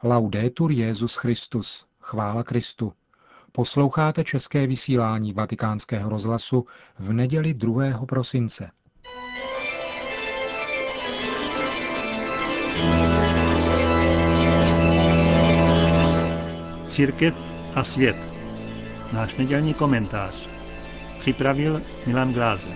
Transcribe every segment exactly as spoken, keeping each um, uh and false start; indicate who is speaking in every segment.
Speaker 1: Laudetur Jesus Christus, chvála Kristu. Posloucháte české vysílání Vatikánského rozhlasu v neděli druhého prosince.
Speaker 2: Církev a svět. Náš nedělní komentář. Připravil Milan Glázer.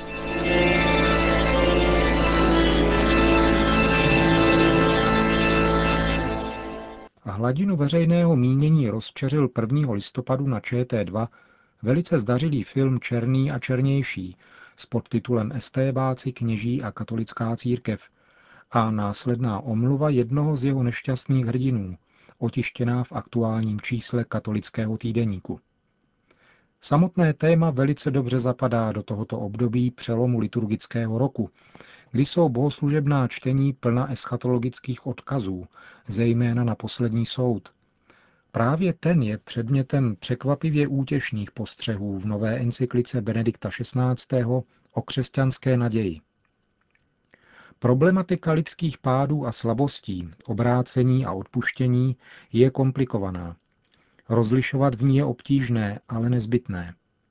Speaker 1: Hladinu veřejného mínění rozčeřil prvního listopadu na Č T dva velice zdařilý film Černý a černější s podtitulem Estébáci, kněží a katolická církev a následná omluva jednoho z jeho nešťastných hrdinů, otištěná v aktuálním čísle katolického týdeníku. Samotné téma velice dobře zapadá do tohoto období přelomu liturgického roku, kdy jsou bohoslužebná čtení plna eschatologických odkazů, zejména na poslední soud. Právě ten je předmětem překvapivě útěšných postřehů v nové encyklice Benedikta šestnáctého o křesťanské naději. Problematika lidských pádů a slabostí, obrácení a odpuštění je komplikovaná. Rozlišovat v ní je obtížné, ale nezbytné.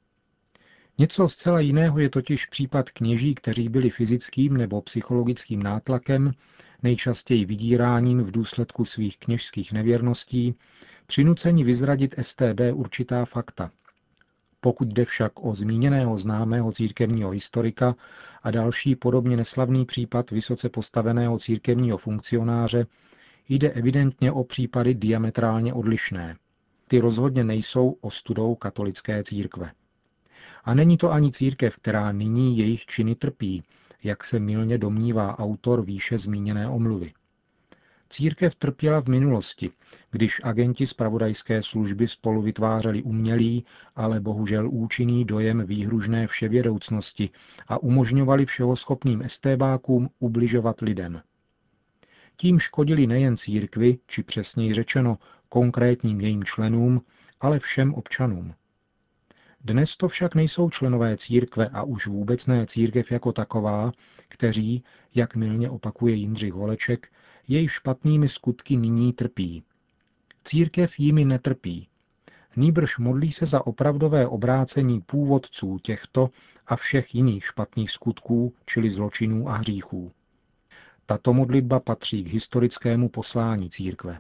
Speaker 1: Něco zcela jiného je totiž případ kněží, kteří byli fyzickým nebo psychologickým nátlakem, nejčastěji vydíráním v důsledku svých kněžských nevěrností, přinuceni vyzradit S T B určitá fakta. Pokud jde však o zmíněného známého církevního historika a další podobně neslavný případ vysoce postaveného církevního funkcionáře, jde evidentně o případy diametrálně odlišné. Ty rozhodně nejsou ostudou katolické církve. A není to ani církev, která nyní jejich činy trpí, jak se mylně domnívá autor výše zmíněné omluvy. Církev trpěla v minulosti, když agenti zpravodajské služby spolu vytvářeli umělý, ale bohužel účinný dojem výhružné vševědoucnosti a umožňovali všehoschopným estébákům ubližovat lidem. Tím škodili nejen církvi, či přesněji řečeno konkrétním jejím členům, ale všem občanům. Dnes to však nejsou členové církve a už vůbec ne církev jako taková, kteří, jak mylně opakuje Jindřich Holeček, její špatnými skutky nyní trpí. Církev jimi netrpí. Nýbrž modlí se za opravdové obrácení původců těchto a všech jiných špatných skutků, čili zločinů a hříchů. Tato modlitba patří k historickému poslání církve.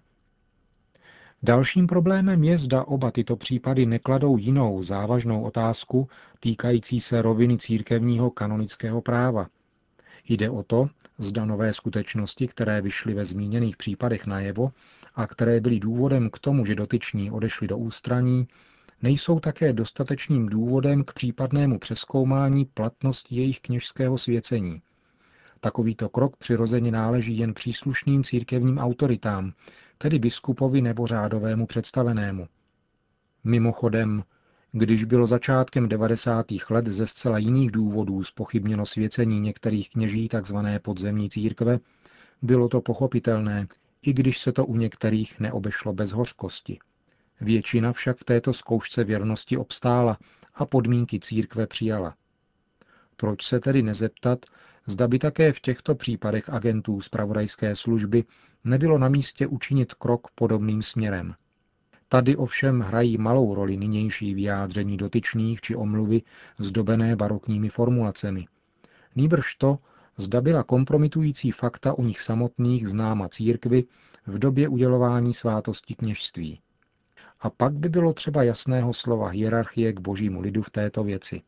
Speaker 1: Dalším problémem je, zda oba tyto případy nekladou jinou závažnou otázku týkající se roviny církevního kanonického práva. Jde o to, zda nové skutečnosti, které vyšly ve zmíněných případech najevo a které byly důvodem k tomu, že dotyční odešli do ústraní, nejsou také dostatečným důvodem k případnému přezkoumání platnosti jejich kněžského svěcení. Takovýto krok přirozeně náleží jen příslušným církevním autoritám, tedy biskupovi nebo řádovému představenému. Mimochodem, když bylo začátkem devadesátých let ze zcela jiných důvodů zpochybněno svěcení některých kněží tzv. Podzemní církve, bylo to pochopitelné, i když se to u některých neobešlo bez hořkosti. Většina však v této zkoušce věrnosti obstála a podmínky církve přijala. Proč se tedy nezeptat, zda by také v těchto případech agentů zpravodajské služby nebylo na místě učinit krok podobným směrem. Tady ovšem hrají malou roli nynější vyjádření dotyčných či omluvy zdobené barokními formulacemi. Nýbrž to, zda byla kompromitující fakta u nich samotných známa církvi v době udělování svátosti kněžství. A pak by bylo třeba jasného slova hierarchie k božímu lidu v této věci.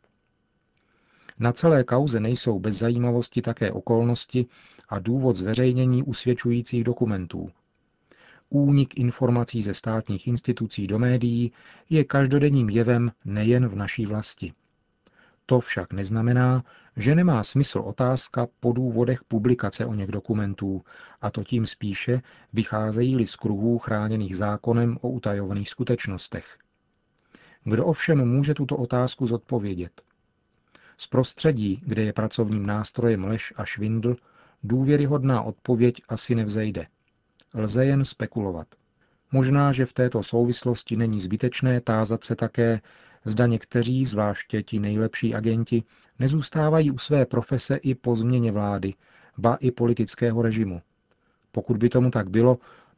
Speaker 1: Na celé kauze nejsou bez zajímavosti také okolnosti a důvod zveřejnění usvědčujících dokumentů. Únik informací ze státních institucí do médií je každodenním jevem nejen v naší vlasti. To však neznamená, že nemá smysl otázka po důvodech publikace o něch dokumentů, a to tím spíše vycházejí-li z kruhů chráněných zákonem o utajovaných skutečnostech. Kdo ovšem může tuto otázku zodpovědět? Z prostředí, kde je pracovním nástrojem lež a švindl, důvěryhodná odpověď asi nevzejde. Lze jen spekulovat. Možná, že v této souvislosti není zbytečné tázat se také, zda někteří, zvláště ti nejlepší agenti, nezůstávají u své profese i po změně vlády, ba i politického režimu. Pokud by tomu tak bylo,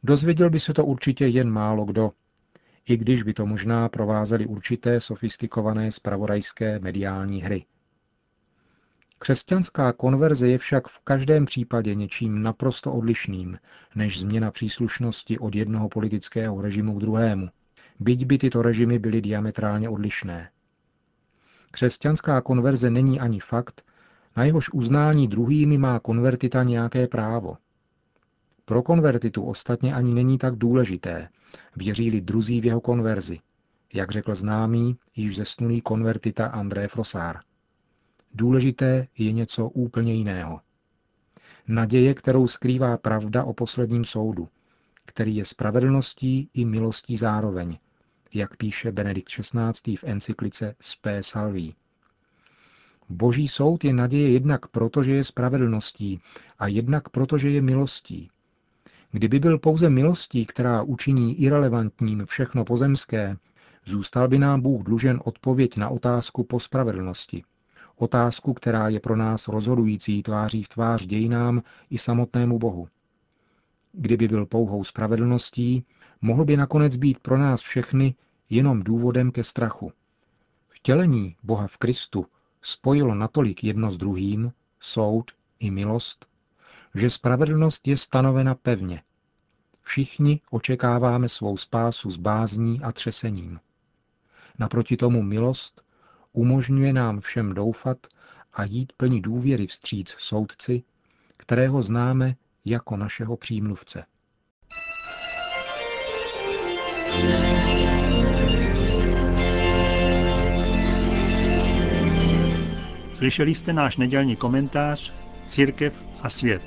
Speaker 1: Dozvěděl by se to určitě jen málo kdo, i když by to možná provázely určité sofistikované zpravodajské mediální hry. Křesťanská konverze je však v každém případě něčím naprosto odlišným než změna příslušnosti od jednoho politického režimu k druhému, byť by tyto režimy byly diametrálně odlišné. Křesťanská konverze není ani fakt, na jehož uznání druhými má konvertita nějaké právo. Pro konvertitu ostatně ani není tak důležité, věří-li druzí v jeho konverzi, jak řekl známý, již zesnulý konvertita André Frossard. Důležité je něco úplně jiného. Naděje, kterou skrývá pravda o posledním soudu, který je spravedlností i milostí zároveň, jak píše Benedikt šestnáctý v encyklice Spe Salvi. Boží soud je naděje jednak proto, že je spravedlností a jednak proto, že je milostí. Kdyby byl pouze milostí, která učiní irelevantním všechno pozemské, zůstal by nám Bůh dlužen odpověď na otázku po spravedlnosti. Otázku, která je pro nás rozhodující tváří v tvář dějinám i samotnému Bohu. Kdyby byl pouhou spravedlností, mohl by nakonec být pro nás všechny jenom důvodem ke strachu. Vtělení Boha v Kristu spojilo natolik jedno s druhým, soud i milost, že spravedlnost je stanovena pevně. Všichni očekáváme svou spásu s bázní a třesením. Naproti tomu milost umožňuje nám všem doufat a jít plní důvěry vstříc soudci, kterého známe jako našeho přímluvce.
Speaker 2: Slyšeli jste náš nedělní komentář Církev a svět.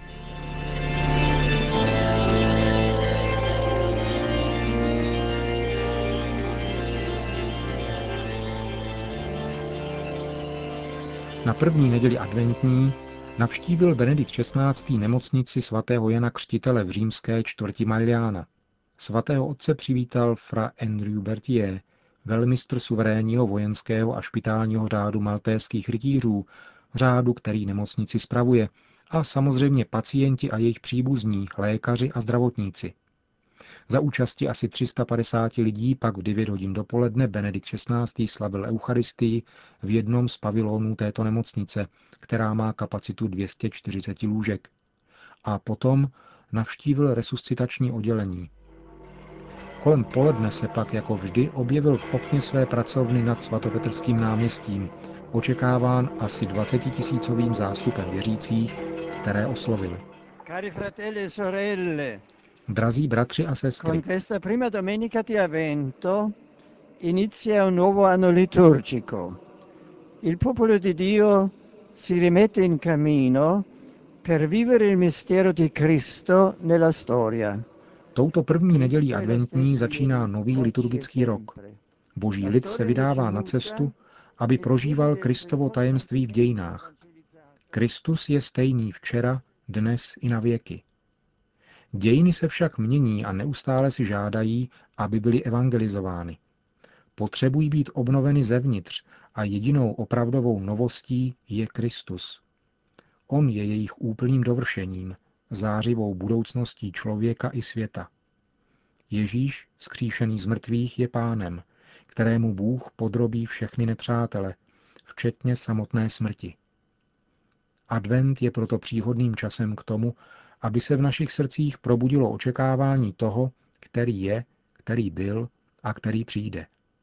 Speaker 1: Na první neděli adventní navštívil Benedikt šestnáctý nemocnici svatého Jana Křtitele v římské čtvrti Magliana. Svatého otce přivítal fra Andrew Berthier, velmistr suverénního vojenského a špitálního řádu maltéských rytířů, řádu, který nemocnici spravuje, a samozřejmě pacienti a jejich příbuzní, lékaři a zdravotníci. Za účasti asi tři sta padesát lidí pak v devět hodin dopoledne Benedikt šestnáctý slavil eucharistii v jednom z pavilonů této nemocnice, která má kapacitu dvě stě čtyřicet lůžek. A potom navštívil resuscitační oddělení. Kolem poledne se pak jako vždy objevil v okně své pracovny nad svatopetrským náměstím, očekáván asi dvacetitisícovým zástupem věřících, které oslovil.
Speaker 3: Cari fratelli e sorelle,
Speaker 1: Drazí bratři a
Speaker 3: con
Speaker 1: sestry,
Speaker 3: questa prima domenica di Avvento inizia un nuovo anno liturgico. Il popolo di Dio si rimette in cammino per vivere il mistero di Cristo nella storia.
Speaker 1: touto první nedělí adventní začíná nový liturgický rok. Boží lid se vydává na cestu, aby prožíval Kristovo tajemství v dějinách. Kristus je stejný včera, dnes i na věky. Dějiny se však mění a neustále si žádají, aby byly evangelizovány. Potřebují být obnoveny zevnitř a jedinou opravdovou novostí je Kristus. On je jejich úplným dovršením, zářivou budoucností člověka i světa. Ježíš, vzkříšený z mrtvých, je pánem, kterému Bůh podrobí všechny nepřátele, včetně samotné smrti. Advent je proto příhodným časem k tomu, aby se v našich srdcích probudilo očekávání toho, který je, který byl a který přijde.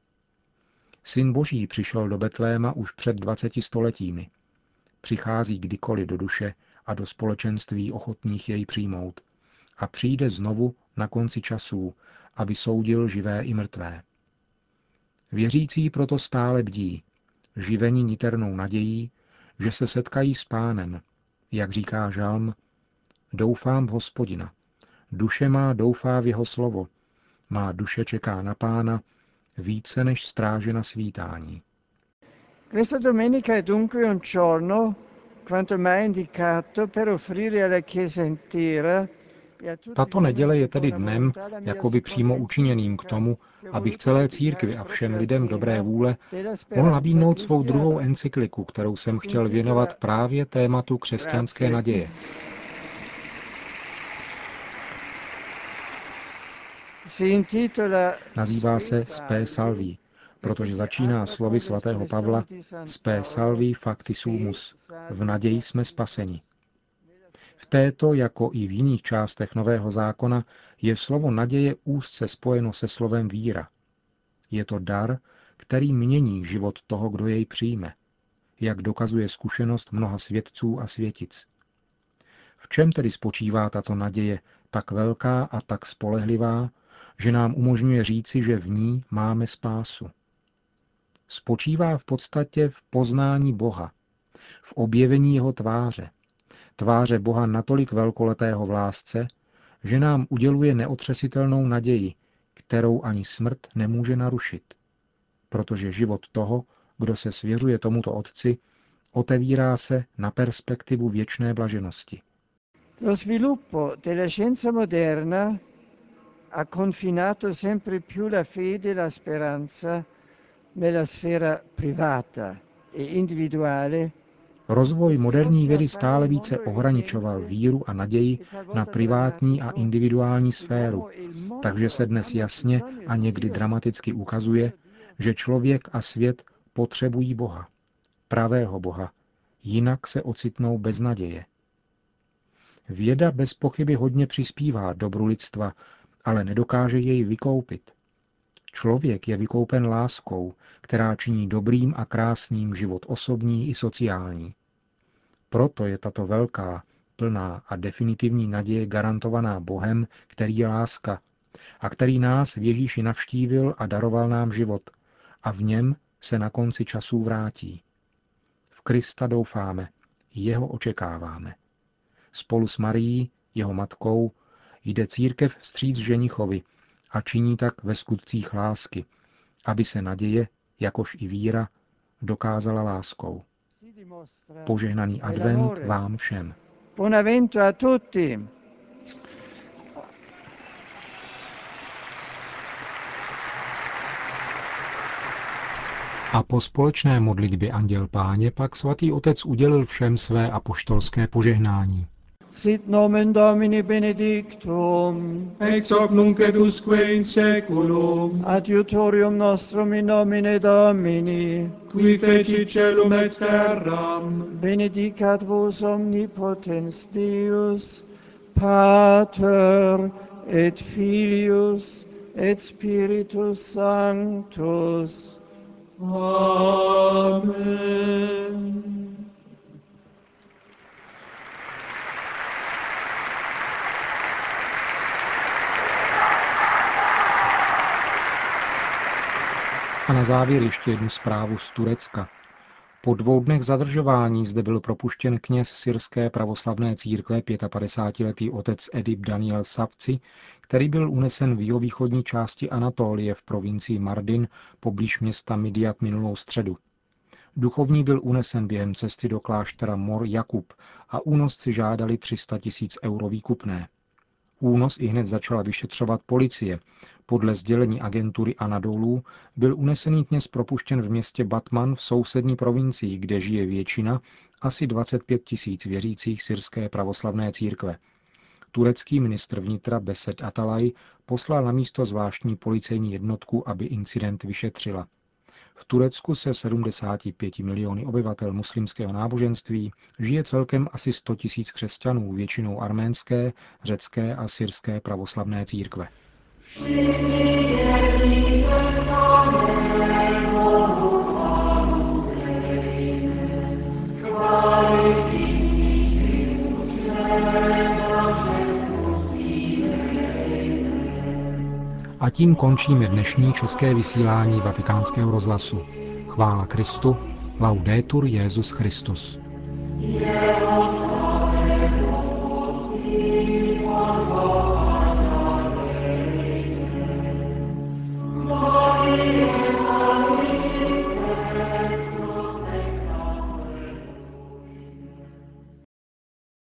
Speaker 1: Syn Boží přišel do Betléma už před dvaceti stoletími. Přichází kdykoliv do duše a do společenství ochotných jej přijmout. A přijde znovu na konci časů, aby soudil živé i mrtvé. Věřící proto stále bdí, živeni niternou nadějí, že se setkají s Pánem, jak říká žalm, doufám v Hospodina, duše má doufá v jeho slovo, má duše čeká na Pána více než stráže na svítání.
Speaker 3: Questa domenica è dunque un giorno quanto mai indicato per offrire alla Chiesa intera.
Speaker 1: Tato neděle je tedy dnem, jakoby přímo učiněným k tomu, abych celé církvi a všem lidem dobré vůle mohl nabídnout svou druhou encykliku, kterou jsem chtěl věnovat právě tématu křesťanské naděje. Nazývá se Spe Salvi, protože začíná slovy svatého Pavla Spe Salvi facti sumus, v naději jsme spaseni. V této, jako i v jiných částech Nového zákona, je slovo naděje úzce spojeno se slovem víra. Je to dar, který mění život toho, kdo jej přijme, jak dokazuje zkušenost mnoha svědců a světic. V čem tedy spočívá tato naděje, tak velká a tak spolehlivá, že nám umožňuje říci, že v ní máme spásu? Spočívá v podstatě v poznání Boha, v objevení jeho tváře, tváře Boha natolik velkolepého v lásce, že nám uděluje neotřesitelnou naději, kterou ani smrt nemůže narušit. Protože život toho, kdo se svěřuje tomuto Otci, otevírá se na perspektivu věčné blaženosti.
Speaker 3: Lo sviluppo della scienza moderna ha confinato sempre più la fede e la speranza nella sfera privata e individuale.
Speaker 1: Rozvoj moderní vědy stále více ohraničoval víru a naději na privátní a individuální sféru, takže se dnes jasně a někdy dramaticky ukazuje, že člověk a svět potřebují Boha, pravého Boha, jinak se ocitnou bez naděje. Věda bez pochyby hodně přispívá dobru lidstva, ale nedokáže jej vykoupit. Člověk je vykoupen láskou, která činí dobrým a krásným život osobní i sociální. Proto je tato velká, plná a definitivní naděje garantovaná Bohem, který je láska a který nás v Ježíši navštívil a daroval nám život a v něm se na konci časů vrátí. V Krista doufáme, jeho očekáváme. Spolu s Marií, jeho matkou, jde církev vstříc ženichovi a činí tak ve skutcích lásky, aby se naděje, jakož i víra, dokázala láskou. Požehnaný advent vám všem.
Speaker 3: Buon avvento a tutti.
Speaker 1: A po společné modlitbě Anděl Páně pak svatý otec udělil všem své apoštolské požehnání.
Speaker 3: Sit nomen Domini benedictum,
Speaker 4: ex hoc nunc et usque in saeculum,
Speaker 3: adiutorium nostrum in nomine Domini,
Speaker 4: qui fecit caelum et terram,
Speaker 3: benedicat vos omnipotens Deus, Pater et Filius et Spiritus Sanctus.
Speaker 4: Amen.
Speaker 1: A na závěr ještě jednu zprávu z Turecka. Po dvou dnech zadržování zde byl propuštěn kněz syrské pravoslavné církve pětapadesátiletý otec Edip Daniel Savci, který byl unesen v jihovýchodní části Anatolie v provincii Mardin poblíž města Midyat minulou středu. Duchovní byl unesen během cesty do kláštera Mor Jakub a únosci žádali tři sta tisíc euro výkupné. Únos ihned začala vyšetřovat policie. Podle sdělení agentury Anadolu byl unesený kněz propuštěn v městě Batman v sousední provincii, kde žije většina, asi dvacet pět tisíc věřících syrské pravoslavné církve. Turecký ministr vnitra Beset Atalay poslal na místo zvláštní policejní jednotku, aby incident vyšetřila. V Turecku se sedmdesáti pěti miliony obyvatel muslimského náboženství žije celkem asi sto tisíc křesťanů, většinou arménské, řecké a syrské pravoslavné církve. A tím končíme dnešní české vysílání Vatikánského rozhlasu. Chvála Kristu, laudetur Jesus Christus.
Speaker 5: Jeho